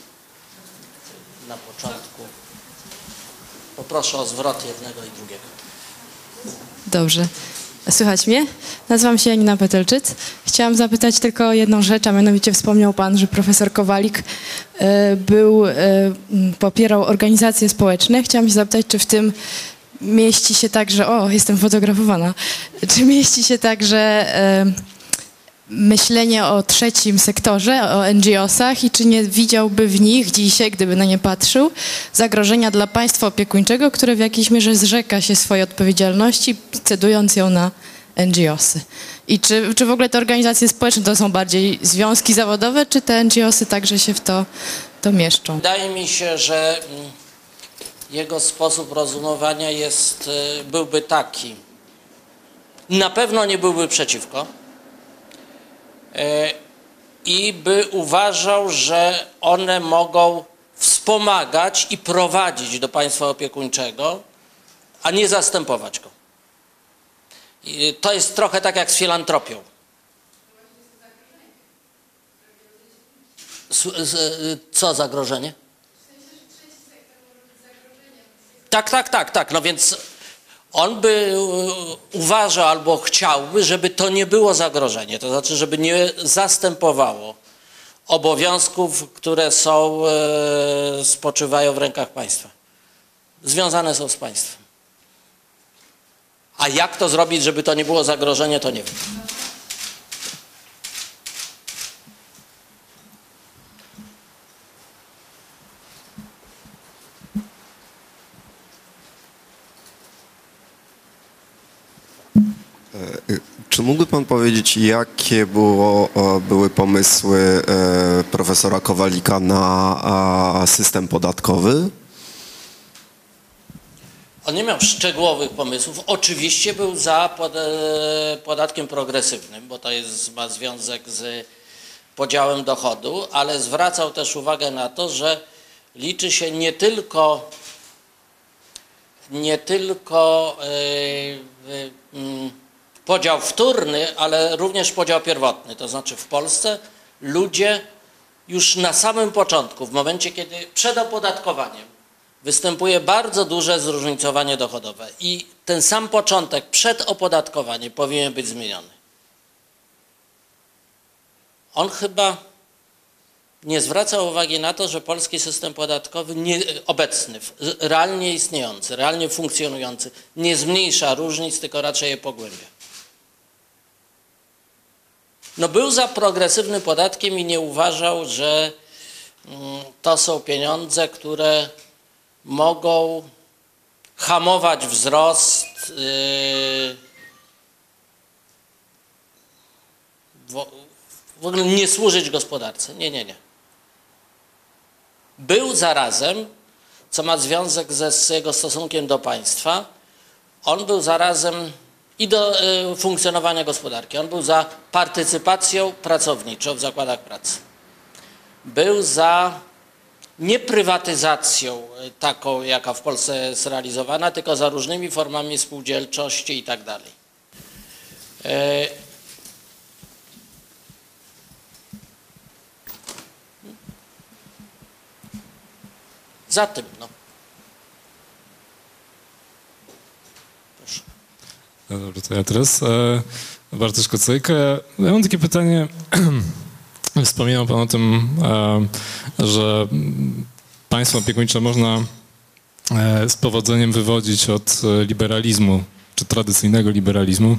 Na początku. Poproszę o zwrot jednego i drugiego. Dobrze. Słychać mnie? Nazywam się Janina Petelczyc. Chciałam zapytać tylko o jedną rzecz, a mianowicie wspomniał Pan, że profesor Kowalik popierał organizacje społeczne. Chciałam się zapytać, czy w tym mieści się także, jestem fotografowana, czy mieści się także myślenie o trzecim sektorze, o NGO-sach i czy nie widziałby w nich dzisiaj, gdyby na nie patrzył, zagrożenia dla państwa opiekuńczego, które w jakiejś mierze zrzeka się swojej odpowiedzialności, cedując ją na NGO-sy. I czy w ogóle te organizacje społeczne to są bardziej związki zawodowe, czy te NGO-sy także się w to mieszczą? Wydaje mi się, że jego sposób rozumowania byłby taki. Na pewno nie byłby przeciwko. I by uważał, że one mogą wspomagać i prowadzić do państwa opiekuńczego, a nie zastępować go. I to jest trochę tak jak z filantropią. Co zagrożenie? Tak. No więc on by uważał albo chciałby, żeby to nie było zagrożenie, to znaczy, żeby nie zastępowało obowiązków, które spoczywają w rękach państwa. Związane są z państwem. A jak to zrobić, żeby to nie było zagrożenie, to nie wiem. Czy mógłby Pan powiedzieć, jakie były pomysły profesora Kowalika na system podatkowy? On nie miał szczegółowych pomysłów. Oczywiście był za podatkiem progresywnym, bo to ma związek z podziałem dochodu, ale zwracał też uwagę na to, że liczy się nie tylko podział wtórny, ale również podział pierwotny. To znaczy w Polsce ludzie już na samym początku, w momencie kiedy przed opodatkowaniem występuje bardzo duże zróżnicowanie dochodowe i ten sam początek przed opodatkowaniem powinien być zmieniony. On chyba nie zwracał uwagi na to, że polski system podatkowy obecny, realnie istniejący, realnie funkcjonujący, nie zmniejsza różnic, tylko raczej je pogłębia. No był za progresywnym podatkiem i nie uważał, że to są pieniądze, które mogą hamować wzrost w ogóle nie służyć gospodarce. Nie. Był zarazem, co ma związek z jego stosunkiem do państwa, on był zarazem i do funkcjonowania gospodarki. On był za partycypacją pracowniczą w zakładach pracy. Był za nie prywatyzacją taką, jaka w Polsce jest realizowana, tylko za różnymi formami spółdzielczości i tak dalej. Za tym, no. Proszę. No dobrze, to ja teraz. Bartosz Kocyk. Ja mam takie pytanie. Wspominał Pan o tym, że państwo opiekuńcze można z powodzeniem wywodzić od liberalizmu, czy tradycyjnego liberalizmu.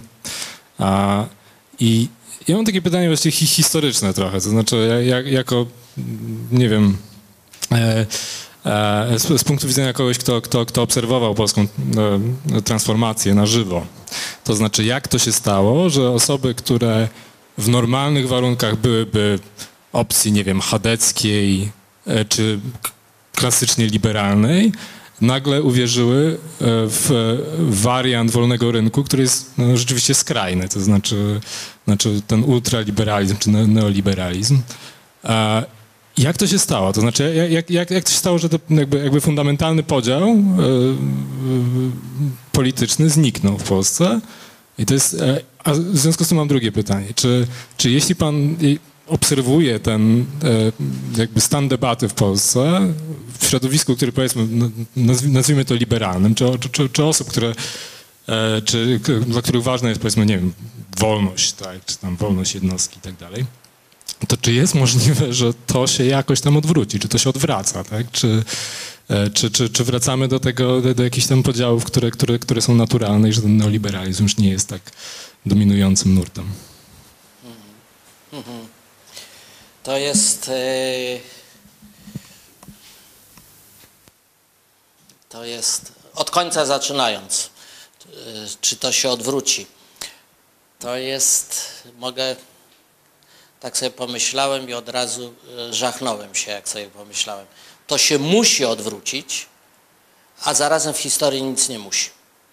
I ja mam takie pytanie właściwie historyczne trochę, to znaczy jako, nie wiem, z punktu widzenia kogoś, kto obserwował polską transformację na żywo. To znaczy, jak to się stało, że osoby, które w normalnych warunkach byłyby opcji, nie wiem, chadeckiej czy klasycznie liberalnej, nagle uwierzyły w wariant wolnego rynku, który jest rzeczywiście skrajny, to znaczy ten ultraliberalizm czy neoliberalizm. Jak to się stało? To znaczy, jak to się stało, że to jakby fundamentalny podział polityczny zniknął w Polsce? I to jest, a w związku z tym mam drugie pytanie. Czy jeśli pan obserwuje ten jakby stan debaty w Polsce, w środowisku, który powiedzmy, nazwijmy to liberalnym, czy osób, dla których ważna jest, powiedzmy, nie wiem, wolność, tak, czy tam wolność jednostki i tak dalej, to czy jest możliwe, że to się jakoś tam odwróci, czy to się odwraca, tak? Czy wracamy do jakichś tam podziałów, które są naturalne i że ten neoliberalizm już nie jest tak dominującym nurtem? To jest od końca zaczynając, czy to się odwróci. To jest, tak sobie pomyślałem i od razu żachnąłem się, jak sobie pomyślałem. To się musi odwrócić, a zarazem w historii nic nie musi.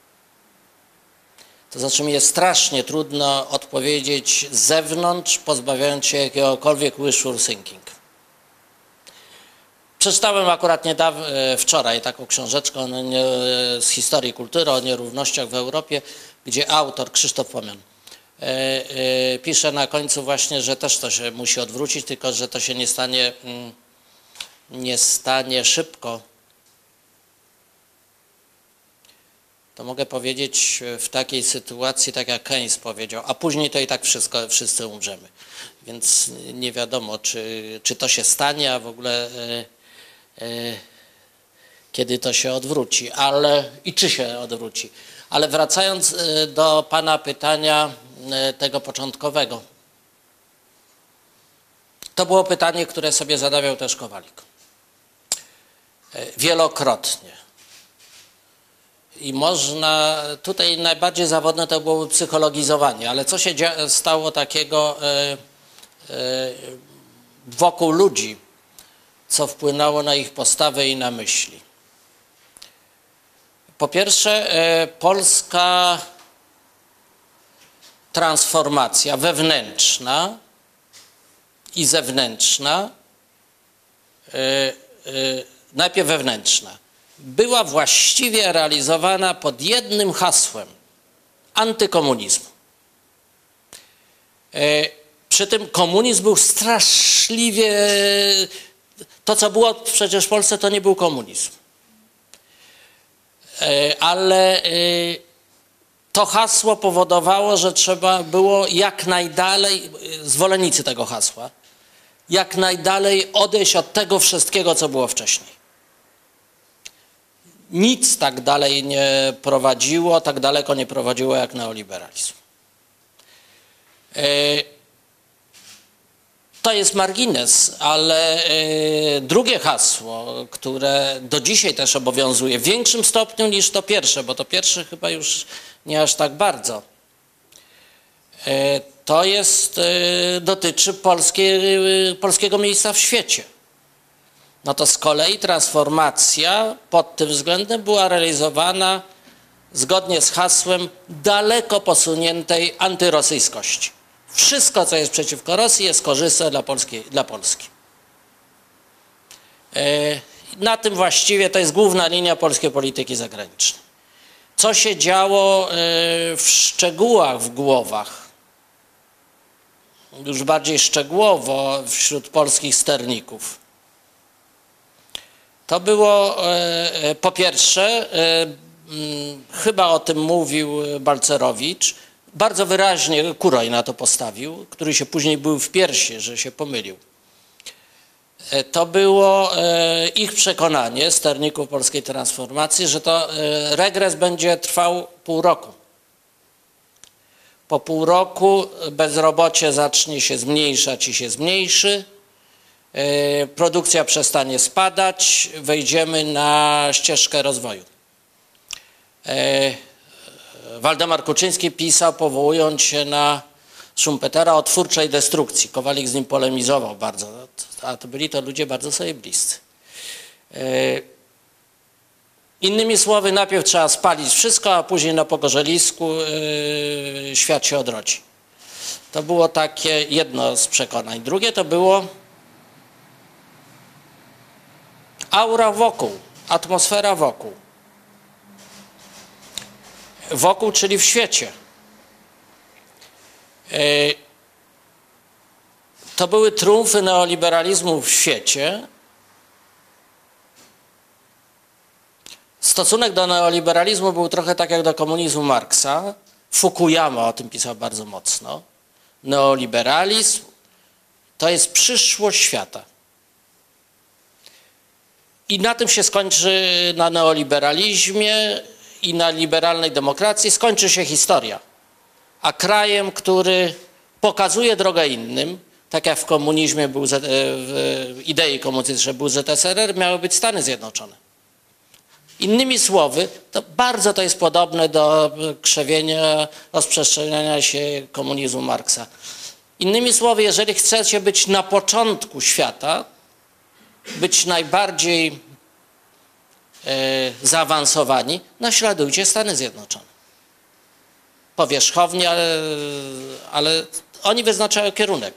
To znaczy mi jest strasznie trudno odpowiedzieć z zewnątrz, pozbawiając się jakiegokolwiek wishful thinking. Przeczytałem akurat wczoraj taką książeczkę z historii kultury o nierównościach w Europie, gdzie autor Krzysztof Pomian pisze na końcu właśnie, że też to się musi odwrócić, tylko że to się nie stanie szybko. To mogę powiedzieć w takiej sytuacji, tak jak Keynes powiedział, a później to i tak wszyscy umrzemy. Więc nie wiadomo, czy to się stanie, a w ogóle kiedy to się odwróci, i czy się odwróci. Ale wracając do pana pytania tego początkowego. To było pytanie, które sobie zadawał też Kowalik. Wielokrotnie. I można, tutaj najbardziej zawodne to byłoby psychologizowanie, ale co się stało takiego wokół ludzi, co wpłynęło na ich postawę i na myśli? Po pierwsze, polska transformacja wewnętrzna i zewnętrzna, najpierw wewnętrzna, była właściwie realizowana pod jednym hasłem – antykomunizmu. Przy tym komunizm był straszliwie... To, co było przecież w Polsce, to nie był komunizm. Ale to hasło powodowało, że trzeba było jak najdalej, zwolennicy tego hasła, jak najdalej odejść od tego wszystkiego, co było wcześniej. Nic tak dalej nie prowadziło, tak daleko nie prowadziło jak neoliberalizm. To jest margines, ale drugie hasło, które do dzisiaj też obowiązuje w większym stopniu niż to pierwsze, bo to pierwsze chyba już nie aż tak bardzo, to jest, dotyczy polskiego miejsca w świecie. No to z kolei transformacja pod tym względem była realizowana zgodnie z hasłem daleko posuniętej antyrosyjskości. Wszystko, co jest przeciwko Rosji, jest korzystne dla Polski. Na tym właściwie to jest główna linia polskiej polityki zagranicznej. Co się działo w szczegółach w głowach, już bardziej szczegółowo wśród polskich sterników. To było po pierwsze, chyba o tym mówił Balcerowicz, bardzo wyraźnie Kuroj na to postawił, który się później był w piersi, że się pomylił. To było ich przekonanie, sterników polskiej transformacji, że to regres będzie trwał pół roku. Po pół roku bezrobocie zacznie się zmniejszać i się zmniejszy, produkcja przestanie spadać, wejdziemy na ścieżkę rozwoju. Waldemar Kuczyński pisał, powołując się na Schumpetera, o twórczej destrukcji. Kowalik z nim polemizował bardzo, a to byli to ludzie bardzo sobie bliscy. Innymi słowy, najpierw trzeba spalić wszystko, a później na pogorzelisku świat się odrodzi. To było takie jedno z przekonań. Drugie to było aura wokół, atmosfera wokół. Wokół, czyli w świecie. To były triumfy neoliberalizmu w świecie. Stosunek do neoliberalizmu był trochę tak jak do komunizmu Marksa. Fukuyama o tym pisał bardzo mocno. Neoliberalizm to jest przyszłość świata. I na tym się skończy, na neoliberalizmie i na liberalnej demokracji skończy się historia. A krajem, który pokazuje drogę innym, tak jak w komunizmie był, w idei komunistycznej był ZSRR, miały być Stany Zjednoczone. Innymi słowy, to bardzo to jest podobne do krzewienia, rozprzestrzeniania się komunizmu Marksa. Innymi słowy, jeżeli chcecie być na początku świata, być najbardziej zaawansowani, naśladujcie Stany Zjednoczone. Powierzchownie, ale oni wyznaczają kierunek.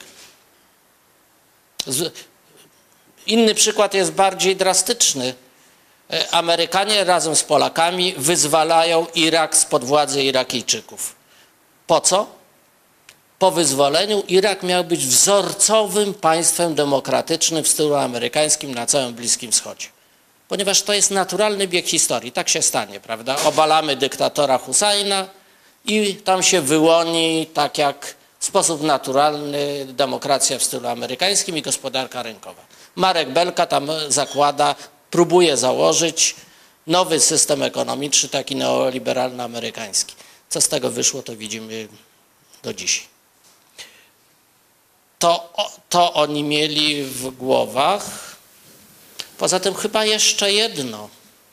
Inny przykład jest bardziej drastyczny. Amerykanie razem z Polakami wyzwalają Irak spod władzy Irakijczyków. Po co? Po wyzwoleniu Irak miał być wzorcowym państwem demokratycznym w stylu amerykańskim na całym Bliskim Wschodzie. Ponieważ to jest naturalny bieg historii. Tak się stanie, prawda? Obalamy dyktatora Husajna i tam się wyłoni, tak jak w sposób naturalny, demokracja w stylu amerykańskim i gospodarka rynkowa. Marek Belka tam zakłada, próbuje założyć nowy system ekonomiczny, taki neoliberalny amerykański. Co z tego wyszło, to widzimy do dzisiaj. To oni mieli w głowach. Poza tym chyba jeszcze jedno.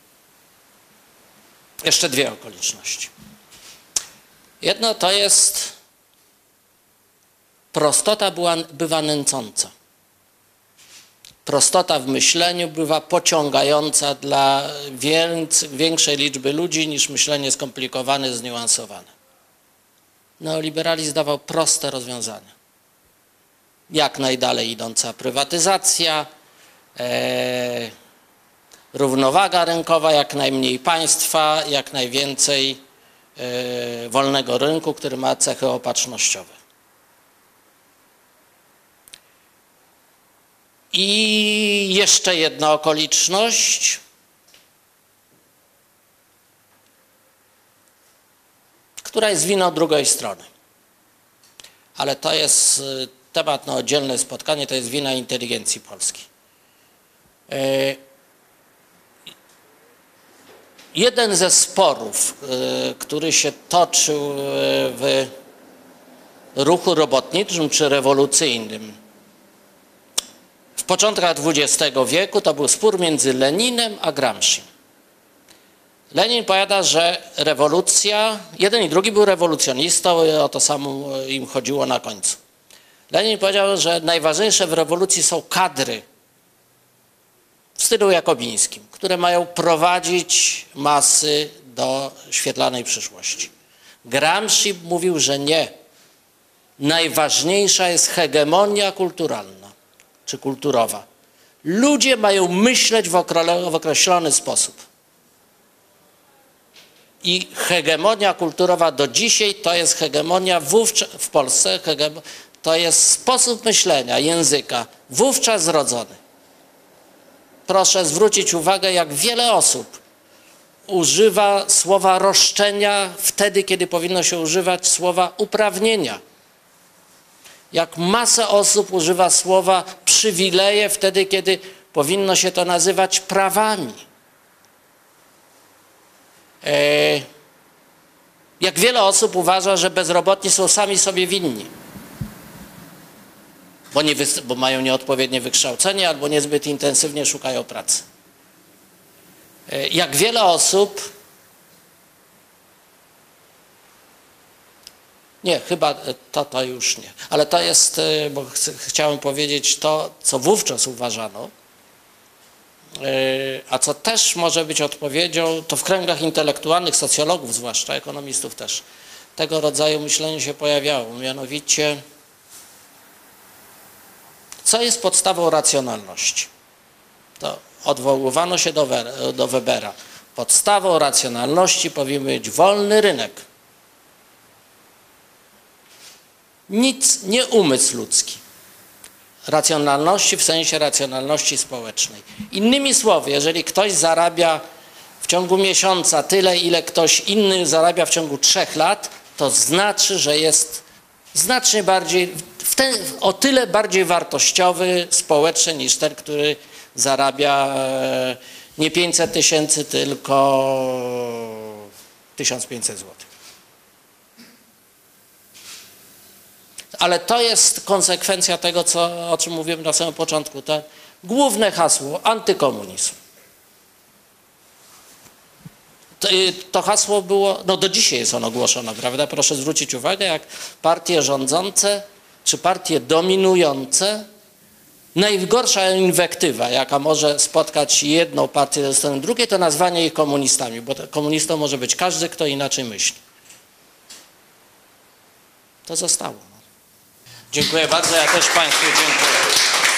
Jeszcze dwie okoliczności. Jedno to jest prostota bywa nęcąca. Prostota w myśleniu bywa pociągająca dla większej liczby ludzi niż myślenie skomplikowane, zniuansowane. Neoliberalizm dawał proste rozwiązania. Jak najdalej idąca prywatyzacja, równowaga rynkowa, jak najmniej państwa, jak najwięcej wolnego rynku, który ma cechy opatrznościowe. I jeszcze jedna okoliczność. Która jest winą drugiej strony. Ale to jest temat na oddzielne spotkanie, to jest wina inteligencji polskiej. Jeden ze sporów, który się toczył w ruchu robotniczym czy rewolucyjnym w początkach XX wieku, to był spór między Leninem a Gramsci. Lenin powiada, że rewolucja, jeden i drugi był rewolucjonistą, o to samo im chodziło na końcu. Lenin powiedział, że najważniejsze w rewolucji są kadry w stylu jakobińskim, które mają prowadzić masy do świetlanej przyszłości. Gramsci mówił, że nie. Najważniejsza jest hegemonia kulturalna czy kulturowa. Ludzie mają myśleć w określony sposób. I hegemonia kulturowa do dzisiaj to jest hegemonia w Polsce, to jest sposób myślenia, języka, wówczas zrodzony. Proszę zwrócić uwagę, jak wiele osób używa słowa roszczenia wtedy, kiedy powinno się używać słowa uprawnienia. Jak masa osób używa słowa przywileje wtedy, kiedy powinno się to nazywać prawami. Jak wiele osób uważa, że bezrobotni są sami sobie winni, bo mają nieodpowiednie wykształcenie albo niezbyt intensywnie szukają pracy. Jak wiele osób, nie, chyba to już nie, ale to jest, bo chciałem powiedzieć to, co wówczas uważano, a co też może być odpowiedzią, to w kręgach intelektualnych, socjologów zwłaszcza, ekonomistów też, tego rodzaju myślenie się pojawiało, mianowicie, co jest podstawą racjonalności? To odwoływano się do Webera. Podstawą racjonalności powinien być wolny rynek. Nic, nie umysł ludzki. Racjonalności w sensie racjonalności społecznej. Innymi słowy, jeżeli ktoś zarabia w ciągu miesiąca tyle, ile ktoś inny zarabia w ciągu 3 lat, to znaczy, że jest znacznie bardziej, o tyle bardziej wartościowy społecznie niż ten, który zarabia nie 500 000, tylko 1500 zł. Ale to jest konsekwencja tego, o czym mówiłem na samym początku. To główne hasło, antykomunizm. To hasło było, no do dzisiaj jest ono głoszone, prawda? Proszę zwrócić uwagę, jak partie rządzące, czy partie dominujące, najgorsza inwektywa, jaka może spotkać jedną partię ze strony drugiej, to nazwanie ich komunistami, bo komunistą może być każdy, kto inaczej myśli. To zostało. Dziękuję bardzo, ja też Państwu dziękuję.